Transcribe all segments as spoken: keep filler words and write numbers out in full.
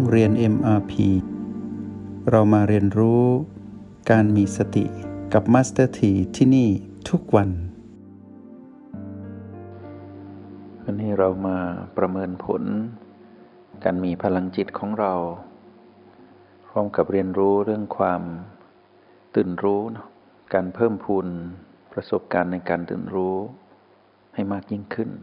เรียน เอ็ม อาร์ พี เรามาเรียนรู้การมีสติกับ Master T ที่นี่ทุกวันวันนี้เรามาประเมินผลการมีพลังจิตของเราพร้อมกับเรียนรู้เรื่องความตื่นรู้การเพิ่มพูนประสบการณ์ในการตื่นรู้ให้มากยิ่งขึ้น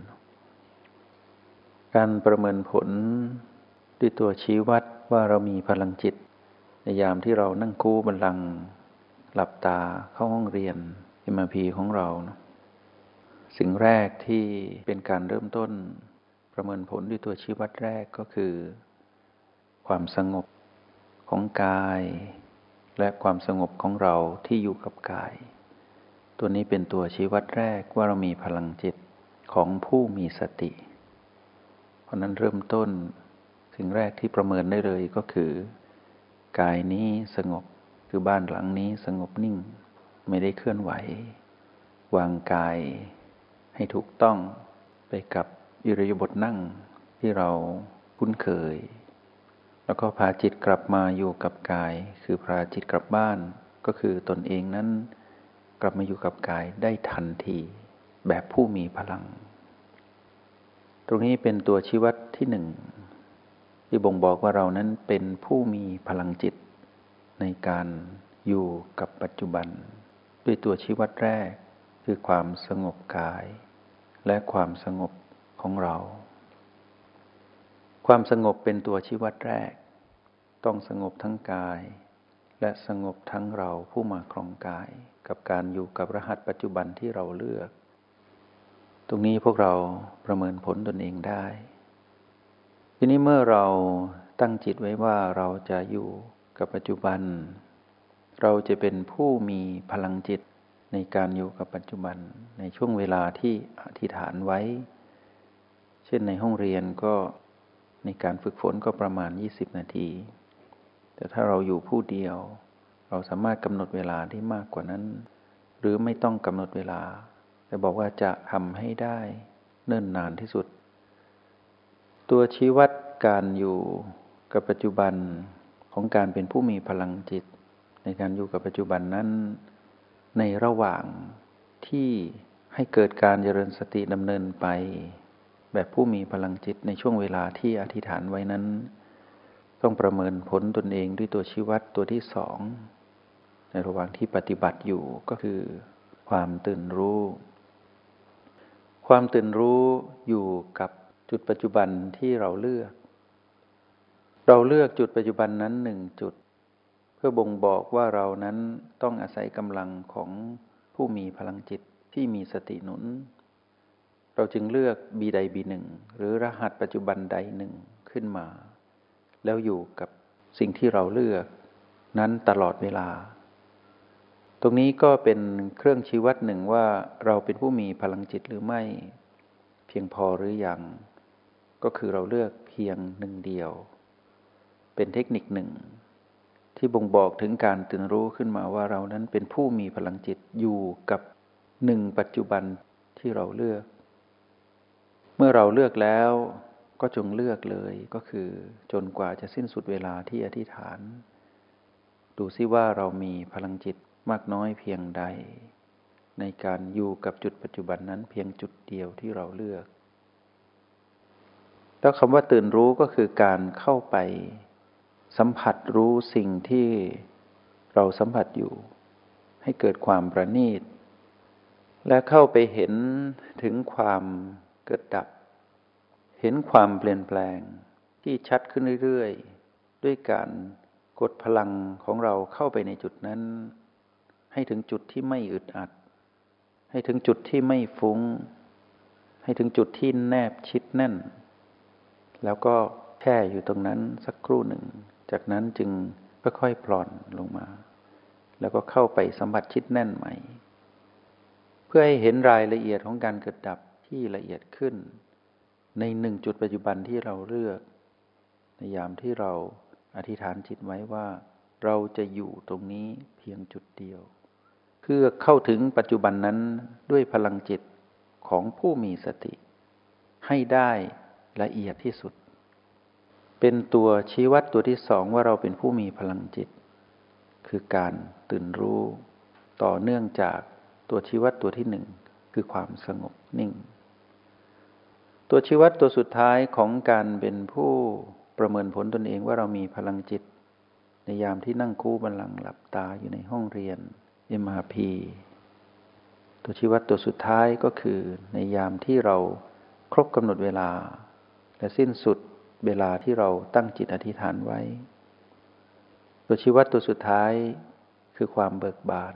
การประเมินผลด้วยตัวชี้วัดว่าเรามีพลังจิตในยามที่เรานั่งคูบัลลังก์หลับตาเข้าห้องเรียน เอ็ม อาร์ พี ของเรานะสิ่งแรกที่เป็นการเริ่มต้นประเมินผลด้วยตัวชี้วัดแรกก็คือความสงบของกายและความสงบของเราที่อยู่กับกายตัวนี้เป็นตัวชี้วัดแรกว่าเรามีพลังจิตของผู้มีสติเพราะนั้นเริ่มต้นสิ่งแรกที่ประเมินได้เลยก็คือกายนี้สงบคือบ้านหลังนี้สงบนิ่งไม่ได้เคลื่อนไหววางกายให้ถูกต้องไปกับอิริยาบถนั่งที่เราคุ้นเคยแล้วก็พาจิตกลับมาอยู่กับกายคือพาจิตกลับบ้านก็คือตนเองนั้นกลับมาอยู่กับกายได้ทันทีแบบผู้มีพลังตรงนี้เป็นตัวชี้วัดที่หนึ่งที่บ่งบอกว่าเรานั้นเป็นผู้มีพลังจิตในการอยู่กับปัจจุบันด้วยตัวชี้วัดแรกคือความสงบกายและความสงบของเราความสงบเป็นตัวชี้วัดแรกต้องสงบทั้งกายและสงบทั้งเราผู้มาครองกายกับการอยู่กับรหัสปัจจุบันที่เราเลือกตรงนี้พวกเราประเมินผลตนเองได้ทีนี้เมื่อเราตั้งจิตไว้ว่าเราจะอยู่กับปัจจุบันเราจะเป็นผู้มีพลังจิตในการอยู่กับปัจจุบันในช่วงเวลาที่อธิษฐานไว้เช่นในห้องเรียนก็ในการฝึกฝนก็ประมาณยี่สิบนาทีแต่ถ้าเราอยู่ผู้เดียวเราสามารถกำหนดเวลาได้มากกว่านั้นหรือไม่ต้องกำหนดเวลาแต่บอกว่าจะทำให้ได้เนิ่นนานที่สุดตัวชี้วัดการอยู่กับปัจจุบันของการเป็นผู้มีพลังจิตในการอยู่กับปัจจุบันนั้นในระหว่างที่ให้เกิดการเจริญสติดำเนินไปแบบผู้มีพลังจิตในช่วงเวลาที่อธิษฐานไว้นั้นต้องประเมินผลตนเองด้วยตัวชี้วัดตัวที่สองในระหว่างที่ปฏิบัติอยู่ก็คือความตื่นรู้ความตื่นรู้อยู่กับจุดปัจจุบันที่เราเลือกเราเลือกจุดปัจจุบันนั้นหนึ่งจุดเพื่อบ่งบอกว่าเรานั้นต้องอาศัยกำลังของผู้มีพลังจิตที่มีสติหนุนเราจึงเลือกบีใดบีหนึ่งหรือรหัสปัจจุบันใดหนึ่งขึ้นมาแล้วอยู่กับสิ่งที่เราเลือกนั้นตลอดเวลาตรงนี้ก็เป็นเครื่องชี้วัดหนึ่งว่าเราเป็นผู้มีพลังจิตหรือไม่เพียงพอหรือยังก็คือเราเลือกเพียงหนึ่งเดียวเป็นเทคนิคหนึ่งที่บ่งบอกถึงการตื่นรู้ขึ้นมาว่าเรานั้นเป็นผู้มีพลังจิตอยู่กับหนึ่งปัจจุบันที่เราเลือกเมื่อเราเลือกแล้วก็จงเลือกเลยก็คือจนกว่าจะสิ้นสุดเวลาที่อธิษฐานดูซิว่าเรามีพลังจิตมากน้อยเพียงใดในการอยู่กับจุดปัจจุบันนั้นเพียงจุดเดียวที่เราเลือกแล้วคำว่าตื่นรู้ก็คือการเข้าไปสัมผัสรู้สิ่งที่เราสัมผัสอยู่ให้เกิดความประณีตและเข้าไปเห็นถึงความเกิดดับเห็นความเปลี่ยนแปลงที่ชัดขึ้นเรื่อยๆด้วยการกดพลังของเราเข้าไปในจุดนั้นให้ถึงจุดที่ไม่อึดอัดให้ถึงจุดที่ไม่ฟุ้งให้ถึงจุดที่แนบชิดแน่นแล้วก็แช่อยู่ตรงนั้นสักครู่หนึ่งจากนั้นจึงค่อยๆผ่อนลงมาแล้วก็เข้าไปสัมผัสชิดแน่นใหม่เพื่อให้เห็นรายละเอียดของการเกิดดับที่ละเอียดขึ้นในหนึ่งจุดปัจจุบันที่เราเลือกในยามที่เราอธิษฐานจิตไว้ว่าเราจะอยู่ตรงนี้เพียงจุดเดียวเพื่อเข้าถึงปัจจุบันนั้นด้วยพลังจิตของผู้มีสติให้ได้ละเอียดที่สุดเป็นตัวชี้วัดตัวที่สองว่าเราเป็นผู้มีพลังจิตคือการตื่นรู้ต่อเนื่องจากตัวชี้วัดตัวที่หนึ่งคือความสงบนิ่งตัวชี้วัดตัวสุดท้ายของการเป็นผู้ประเมินผลตนเองว่าเรามีพลังจิตในยามที่นั่งคู่บัลลังก์หลับตาอยู่ในห้องเรียน เอ็ม อาร์ พี ตัวชี้วัดตัวสุดท้ายก็คือในยามที่เราครบกำหนดเวลาและสิ้นสุดเวลาที่เราตั้งจิตอธิษฐานไว้ตัวชี้วัดตัวสุดท้ายคือความเบิกบาน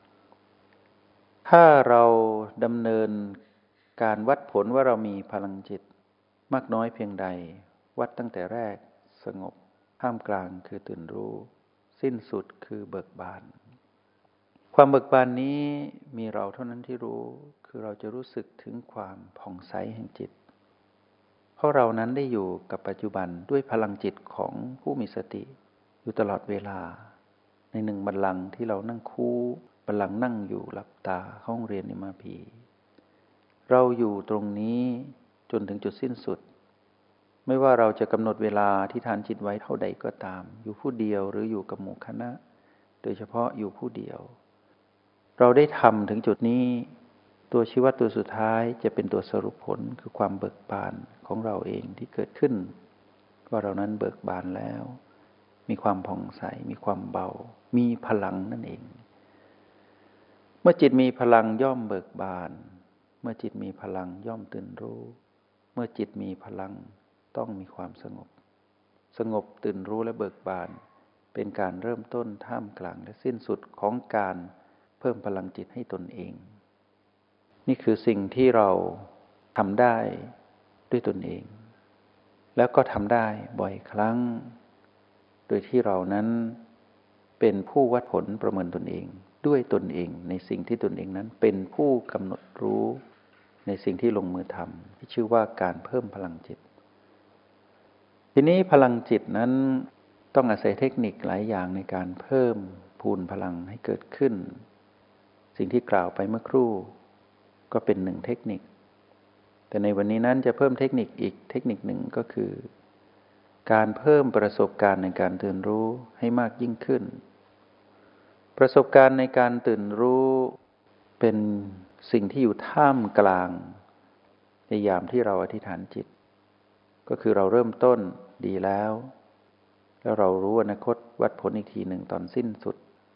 ถ้าเราดำเนินการวัดผลว่าเรามีพลังจิตมากน้อยเพียงใดวัดตั้งแต่แรกสงบท่ามกลางคือตื่นรู้สิ้นสุดคือเบิกบานความเบิกบานนี้มีเราเท่านั้นที่รู้คือเราจะรู้สึกถึงความผ่องใสแห่งจิตเพราะเรานั้นได้อยู่กับปัจจุบันด้วยพลังจิตของผู้มีสติอยู่ตลอดเวลาในหนึ่งบัลลังก์ที่เรานั่งคู่บัลลังก์นั่งอยู่หลับตาห้องเรียน เอ็ม อาร์ พี เราอยู่ตรงนี้จนถึงจุดสิ้นสุดไม่ว่าเราจะกำหนดเวลาที่ทานจิตไว้เท่าใดก็ตามอยู่ผู้เดียวหรืออยู่กับหมู่คณะโดยเฉพาะอยู่ผู้เดียวเราได้ทำถึงจุดนี้ตัวชี้วัดตัวสุดท้ายจะเป็นตัวสรุปผลคือความเบิกบานของเราเองที่เกิดขึ้นว่าเรานั้นเบิกบานแล้วมีความผ่องใสมีความเบามีพลังนั่นเองเมื่อจิตมีพลังย่อมเบิกบานเมื่อจิตมีพลังย่อมตื่นรู้เมื่อจิตมีพลังต้องมีความสงบสงบตื่นรู้และเบิกบานเป็นการเริ่มต้นท่ามกลางและสิ้นสุดของการเพิ่มพลังจิตให้ตนเองนี่คือสิ่งที่เราทำได้ด้วยตนเองแล้วก็ทำได้บ่อยครั้งโดยที่เรานั้นเป็นผู้วัดผลประเมินตนเองด้วยตนเองในสิ่งที่ตนเองนั้นเป็นผู้กำหนดรู้ในสิ่งที่ลงมือทำที่ชื่อว่าการเพิ่มพลังจิตทีนี้พลังจิตนั้นต้องอาศัยเทคนิคหลายอย่างในการเพิ่มพูนพลังให้เกิดขึ้นสิ่งที่กล่าวไปเมื่อครู่ก็เป็นหนึ่งเทคนิคแต่ในวันนี้นั้นจะเพิ่มเทคนิคอีกเทคนิคหนึ่งก็คือการเพิ่มประสบการณ์ในการตื่นรู้ให้มากยิ่งขึ้นประสบการณ์ในการตื่นรู้เป็นสิ่งที่อยู่ท่ามกลางในยามที่เราอธิษฐานจิตก็คือเราเริ่มต้นดีแล้วแล้วเรารู้อนาคตวัดผลอีกทีหนึ่งตอนสิ้นสุด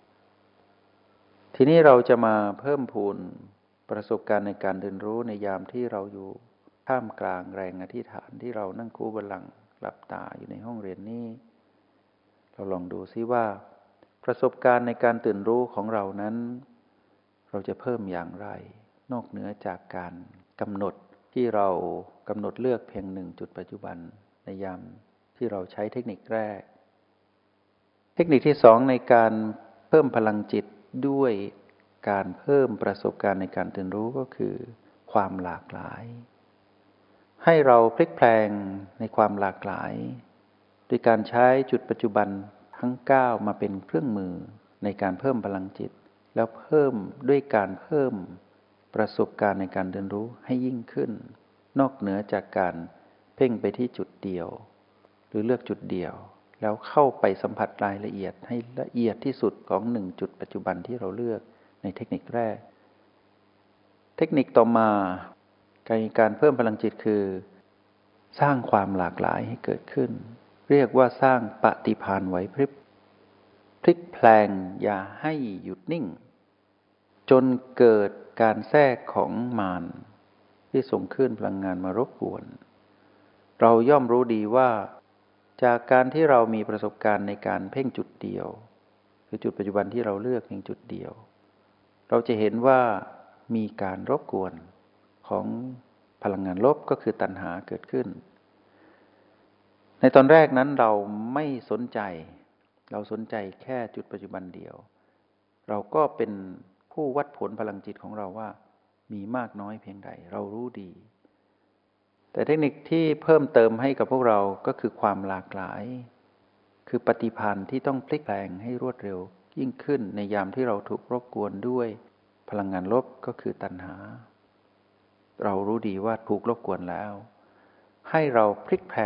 ทีนี้เราจะมาเพิ่มพูนประสบการณ์ในการตื่นรู้ในยามที่เราอยู่ท่ามกลางแรงอธิษฐานที่เรานั่งคู่บัลลังก์หลับตาอยู่ในห้องเรียนนี้เราลองดูซิว่าประสบการณ์ในการตื่นรู้ของเรานั้นเราจะเพิ่มอย่างไรนอกเหนือจากการกำหนดที่เรากำหนดเลือกเพียงหนึ่งจุดปัจจุบันในยามที่เราใช้เทคนิคแรกเทคนิคที่สองในการเพิ่มพลังจิตด้วยการเพิ่มประสบการณ์ในการตื่นรู้ก็คือความหลากหลายให้เราพลิกแพลงในความหลากหลายโดยการใช้จุดปัจจุบันทั้งเก้ามาเป็นเครื่องมือในการเพิ่มพลังจิตแล้วเพิ่มด้วยการเพิ่มประสบการณ์ในการเรียนรู้ให้ยิ่งขึ้นนอกเหนือจากการเพ่งไปที่จุดเดียวหรือเลือกจุดเดียวแล้วเข้าไปสัมผัสรายละเอียดให้ละเอียดที่สุดของหนึ่งจุดปัจจุบันที่เราเลือกในเทคนิคแรกเทคนิคต่อมาการเพิ่มพลังจิตคือสร้างความหลากหลายให้เกิดขึ้นเรียกว่าสร้างปฏิภาณไหวพริบพลิกแพลงอย่าให้หยุดนิ่งจนเกิดการแทรกของมารที่ส่งขึ้นพลังงานมารบกวนเราย่อมรู้ดีว่าจากการที่เรามีประสบการณ์ในการเพ่งจุดเดียวคือจุดปัจจุบันที่เราเลือกเพียงจุดเดียวเราจะเห็นว่ามีการรบกวนของพลังงานลบก็คือตัณหาเกิดขึ้นในตอนแรกนั้นเราไม่สนใจเราสนใจแค่จุดปัจจุบันเดียวเราก็เป็นผู้วัดผลพลังจิตของเราว่ามีมากน้อยเพียงใดเรารู้ดีแต่เทคนิคที่เพิ่มเติมให้กับพวกเราก็คือความหลากหลายคือปฏิภาณที่ต้องพลิกแปลงให้รวดเร็วยิ่งขึ้นในยามที่เราถูกรบกวนด้วยพลังงานลบก็คือตัณหาเรารู้ดีว่าถูกรบกวนแล้วให้เราพลิกแปลง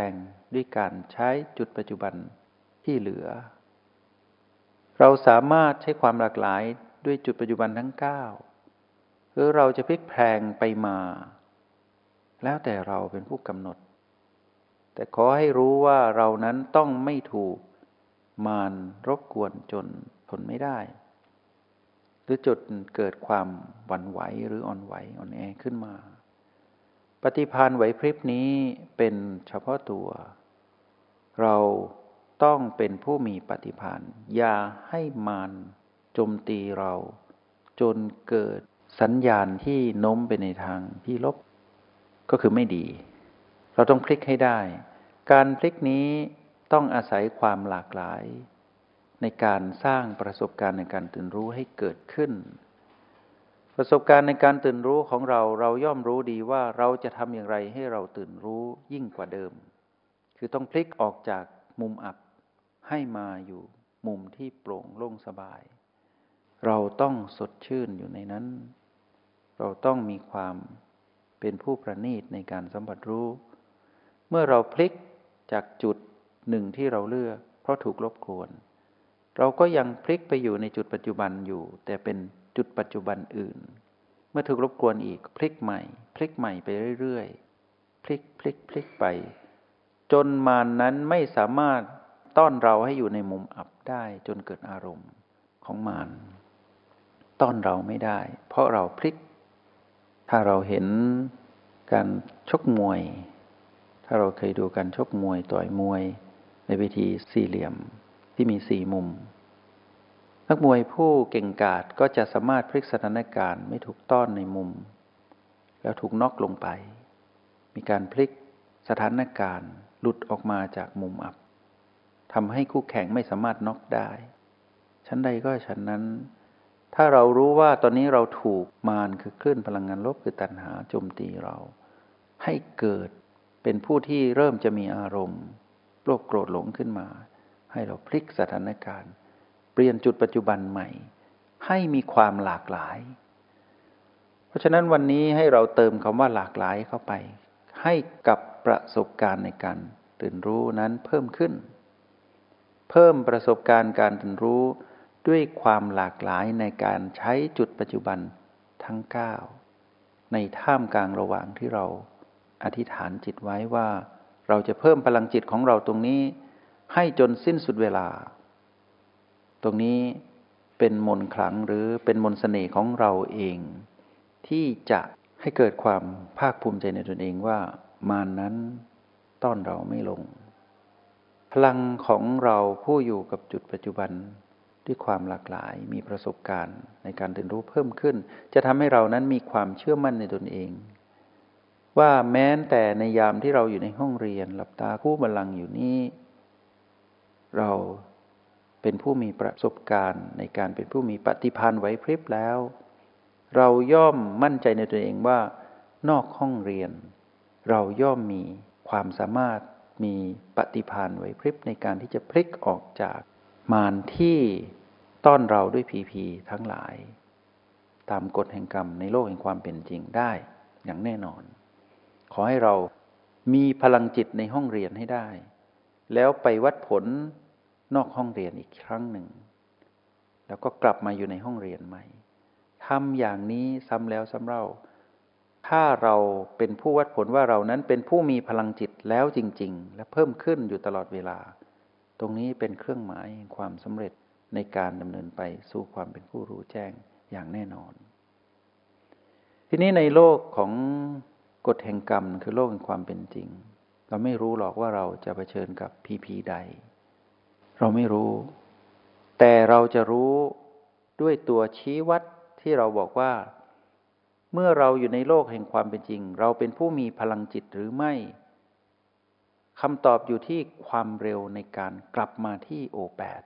ด้วยการใช้จุดปัจจุบันที่เหลือเราสามารถใช้ความหลากหลายด้วยจุดปัจจุบันทั้งเก้าหรือเราจะพลิกแพลงไปมาแล้วแต่เราเป็นผู้กำหนดแต่ขอให้รู้ว่าเรานั้นต้องไม่ถูกมารรบกวนจนทนไม่ได้หรือจนเกิดความหวั่นไหวหรืออ่อนไหวอ่อนแอขึ้นมาปฏิภาณไหวพริบนี้เป็นเฉพาะตัวเราต้องเป็นผู้มีปฏิภาณอย่าให้มารโจมตีเราจนเกิดสัญญาณที่โน้มไปในทางที่ลบก็คือไม่ดีเราต้องพลิกให้ได้การพลิกนี้ต้องอาศัยความหลากหลายในการสร้างประสบการณ์ในการตื่นรู้ให้เกิดขึ้นประสบการณ์ในการตื่นรู้ของเราเราย่อมรู้ดีว่าเราจะทำอย่างไรให้เราตื่นรู้ยิ่งกว่าเดิมคือต้องพลิกออกจากมุมอับให้มาอยู่มุมที่โปร่งโล่งสบายเราต้องสดชื่นอยู่ในนั้นเราต้องมีความเป็นผู้ประณีตในการสัมผัสรู้เมื่อเราพลิกจากจุดหนึ่งที่เราเลือกเพราะถูกรบกวนเราก็ยังพลิกไปอยู่ในจุดปัจจุบันอยู่แต่เป็นจุดปัจจุบันอื่นเมื่อถูกรบกวนอีกพลิกใหม่พลิกใหม่ไปเรื่อยๆพลิกพลิกพลิกไปจนมารนั้นไม่สามารถต้อนเราให้อยู่ในมุมอับได้จนเกิดอารมณ์ของมารต้อนเราไม่ได้เพราะเราพลิกถ้าเราเห็นการชกมวยถ้าเราเคยดูการชกมวยต่อยมวยในเวทีสี่เหลี่ยมที่มีสี่มุมนักมวยผู้เก่งกาจก็จะสามารถพลิกสถานการณ์ไม่ถูกต้อนในมุมแล้วถูกน็อกลงไปมีการพลิกสถานการณ์หลุดออกมาจากมุมอับทำให้คู่แข่งไม่สามารถน็อกได้ชั้นใดก็ชั้นนั้นถ้าเรารู้ว่าตอนนี้เราถูกมารคือคลื่นพลังงานลบคือตัณหาโจมตีเราให้เกิดเป็นผู้ที่เริ่มจะมีอารมณ์โลภโกรธหลงขึ้นมาให้เราพลิกสถานการณ์เปลี่ยนจุดปัจจุบันใหม่ให้มีความหลากหลายเพราะฉะนั้นวันนี้ให้เราเติมคำว่าหลากหลายเข้าไปให้กับประสบการณ์ในการตื่นรู้นั้นเพิ่มขึ้นเพิ่มประสบการณ์การตื่นรู้ด้วยความหลากหลายในการใช้จุดปัจจุบันทั้งเก้าในท่ามกลางระหว่างที่เราอธิษฐานจิตไว้ว่าเราจะเพิ่มพลังจิตของเราตรงนี้ให้จนสิ้นสุดเวลาตรงนี้เป็นมนต์ขลังหรือเป็นมนต์เสน่ห์ของเราเองที่จะให้เกิดความภาคภูมิใจในตนเองว่ามารนั้นต้อนเราไม่ลงพลังของเราผู้อยู่กับจุดปัจจุบันด้วยความหลากหลายมีประสบการณ์ในการตื่นรู้เพิ่มขึ้นจะทำให้เรานั้นมีความเชื่อมั่นในตนเองว่าแม้แต่ในยามที่เราอยู่ในห้องเรียนหลับตาคู่บัลลังก์อยู่นี้เราเป็นผู้มีประสบการณ์ในการเป็นผู้มีปฏิภาณไหวพริบแล้วเราย่อมมั่นใจในตัวเองว่านอกห้องเรียนเราย่อมมีความสามารถมีปฏิภาณไหวพริบในการที่จะพลิกออกจากมารที่ต้อนเราด้วยผีผีทั้งหลายตามกฎแห่งกรรมในโลกแห่งความเป็นจริงได้อย่างแน่นอนขอให้เรามีพลังจิตในห้องเรียนให้ได้แล้วไปวัดผลนอกห้องเรียนอีกครั้งหนึ่งแล้วก็กลับมาอยู่ในห้องเรียนใหม่ทำอย่างนี้ซ้ำแล้วซ้ำเล่าถ้าเราเป็นผู้วัดผลว่าเรานั้นเป็นผู้มีพลังจิตแล้วจริงๆและเพิ่มขึ้นอยู่ตลอดเวลาตรงนี้เป็นเครื่องหมายแห่งความสำเร็จในการดำเนินไปสู่ความเป็นผู้รู้แจ้งอย่างแน่นอนทีนี้ในโลกของกฎแห่งกรรมคือโลกแห่งความเป็นจริงเราไม่รู้หรอกว่าเราจะเผชิญกับผีผีใดเราไม่รู้แต่เราจะรู้ด้วยตัวชี้วัดที่เราบอกว่าเมื่อเราอยู่ในโลกแห่งความเป็นจริงเราเป็นผู้มีพลังจิตหรือไม่คำตอบอยู่ที่ความเร็วในการกลับมาที่โอแปด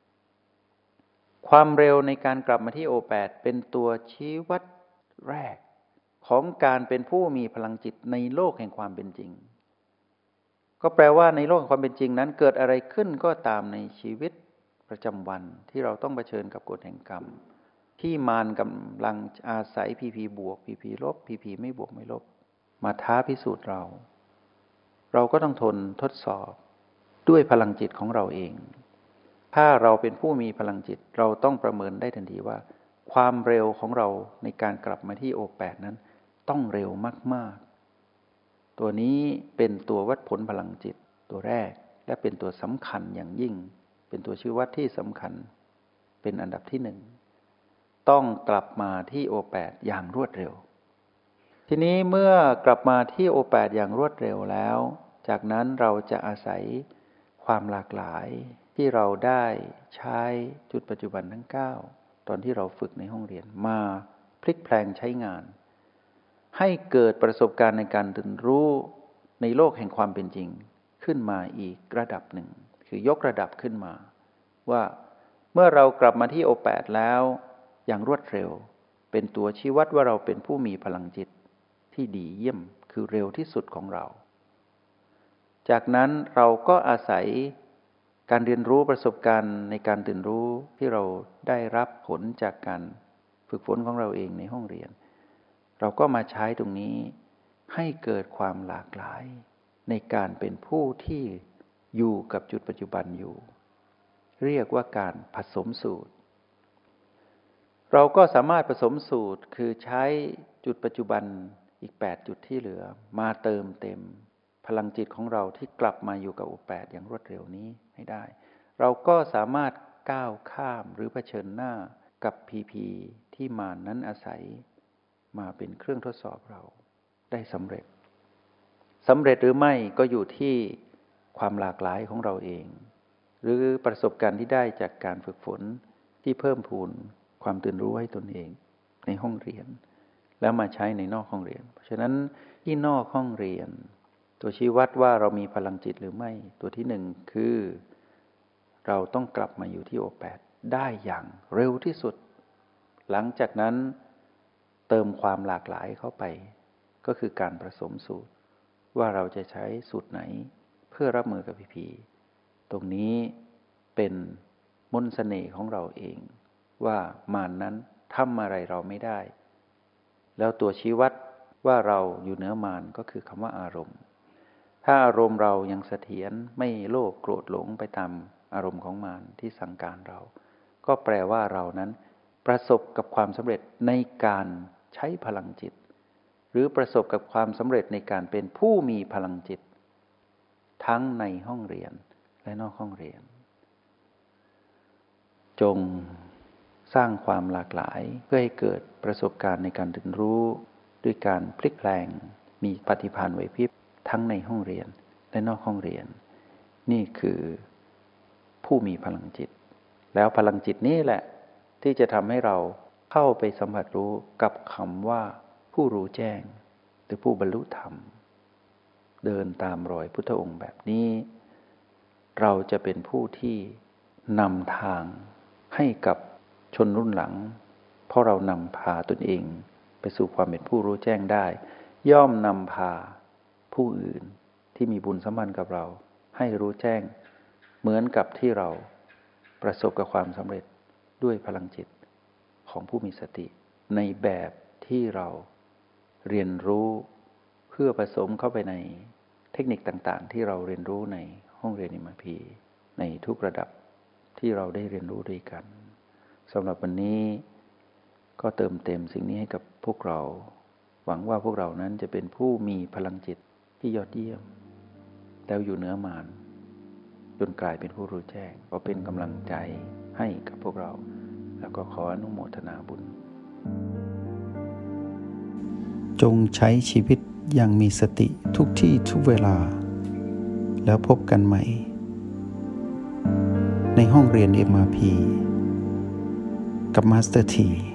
ความเร็วในการกลับมาที่โอแปดเป็นตัวชี้วัดแรกของการเป็นผู้มีพลังจิตในโลกแห่งความเป็นจริงก็แปลว่าในโลกแห่งความเป็นจริงนั้นเกิดอะไรขึ้นก็ตามในชีวิตประจำวันที่เราต้องเผชิญกับกฎแห่งกรรมที่มารกำลังอาศัยพีพีบวกพีพีลบพีพีไม่บวกไม่ลบมาท้าพิสูจน์เราเราก็ต้องทนทดสอบด้วยพลังจิตของเราเองถ้าเราเป็นผู้มีพลังจิตเราต้องประเมินได้ทันทีว่าความเร็วของเราในการกลับมาที่โอแปดนั้นต้องเร็วมากๆตัวนี้เป็นตัววัดผลพลังจิตตัวแรกและเป็นตัวสำคัญอย่างยิ่งเป็นตัวชี้วัดที่สำคัญเป็นอันดับที่หนึ่งต้องกลับมาที่โอแปดอย่างรวดเร็วทีนี้เมื่อกลับมาที่โอแปดอย่างรวดเร็วแล้วจากนั้นเราจะอาศัยความหลากหลายที่เราได้ใช้จุดปัจจุบันทั้งเก้าตอนที่เราฝึกในห้องเรียนมาพลิกแปลงใช้งานให้เกิดประสบการณ์ในการตื่นรู้ในโลกแห่งความเป็นจริงขึ้นมาอีกระดับหนึ่งคือยกระดับขึ้นมาว่าเมื่อเรากลับมาที่โอแปดแล้วอย่างรวดเร็วเป็นตัวชี้วัดว่าเราเป็นผู้มีพลังจิตที่ดีเยี่ยมคือเร็วที่สุดของเราจากนั้นเราก็อาศัยการเรียนรู้ประสบการณ์ในการตื่นรู้ที่เราได้รับผลจากการฝึกฝนของเราเองในห้องเรียนเราก็มาใช้ตรงนี้ให้เกิดความหลากหลายในการเป็นผู้ที่อยู่กับจุดปัจจุบันอยู่เรียกว่าการผสมสูตรเราก็สามารถผสมสูตรคือใช้จุดปัจจุบันอีกแปดจุดที่เหลือมาเติมเต็มพลังจิตของเราที่กลับมาอยู่กับโอแปดอย่างรวดเร็วนี้ให้ได้เราก็สามารถก้าวข้ามหรือเผชิญหน้ากับพีพีที่มารนั้นอาศัยมาเป็นเครื่องทดสอบเราได้สำเร็จสำเร็จหรือไม่ก็อยู่ที่ความหลากหลายของเราเองหรือประสบการณ์ที่ได้จากการฝึกฝนที่เพิ่มพูนความตื่นรู้ให้ตนเองในห้องเรียนแล้วมาใช้ในนอกห้องเรียนเพราะฉะนั้นที่นอกห้องเรียนตัวชี้วัดว่าเรามีพลังจิตหรือไม่ตัวที่หนึ่งคือเราต้องกลับมาอยู่ที่โอแปดได้อย่างเร็วที่สุดหลังจากนั้นเติมความหลากหลายเข้าไปก็คือการผสมสูตรว่าเราจะใช้สูตรไหนเพื่อรับมือกับพีพีตรงนี้เป็นมนต์เสน่ห์ของเราเองว่ามารนั้นทำอะไรเราไม่ได้แล้วตัวชี้วัดว่าเราอยู่เหนือมารก็คือคำว่าอารมณ์ถ้าอารมณ์เรายังเสถียรไม่โลภโกรธหลงไปตามอารมณ์ของมารที่สั่งการเราก็แปลว่าเรานั้นประสบกับความสำเร็จในการใช้พลังจิตหรือประสบกับความสำเร็จในการเป็นผู้มีพลังจิตทั้งในห้องเรียนและนอกห้องเรียนจงสร้างความหลากหลายเพื่อให้เกิดประสบการณ์ในการตื่นรู้ด้วยการพลิกแปลงมีปฏิภาณไหวพริบทั้งในห้องเรียนและนอกห้องเรียนนี่คือผู้มีพลังจิตแล้วพลังจิตนี้แหละที่จะทำให้เราเข้าไปสัมผัสรู้กับคำว่าผู้รู้แจ้งหรือผู้บรรลุธรรมเดินตามรอยพุทธองค์แบบนี้เราจะเป็นผู้ที่นำทางให้กับชนรุ่นหลังเพราะเรานำพาตนเองไปสู่ความเป็นผู้รู้แจ้งได้ย่อมนำพาผู้อื่นที่มีบุญสัมพันธ์กับเราให้รู้แจ้งเหมือนกับที่เราประสบกับความสำเร็จด้วยพลังจิตของผู้มีสติในแบบที่เราเรียนรู้เพื่อผสมเข้าไปในเทคนิคต่างๆที่เราเรียนรู้ในห้องเรียน เอ็ม อาร์ พี ในทุกระดับที่เราได้เรียนรู้ด้วยกันสำหรับวันนี้ก็เติมเต็มสิ่งนี้ให้กับพวกเราหวังว่าพวกเรานั้นจะเป็นผู้มีพลังจิตที่ยอดเยี่ยมแล้วอยู่เหนือมารจนกลายเป็นผู้รู้แจ้งก็เป็นกำลังใจให้กับพวกเราแล้วก็ขออนุโมทนาบุญจงใช้ชีวิตอย่างมีสติทุกที่ทุกเวลาแล้วพบกันใหม่ในห้องเรียน เอ็ม อาร์ พี กับมาสเตอร์ ที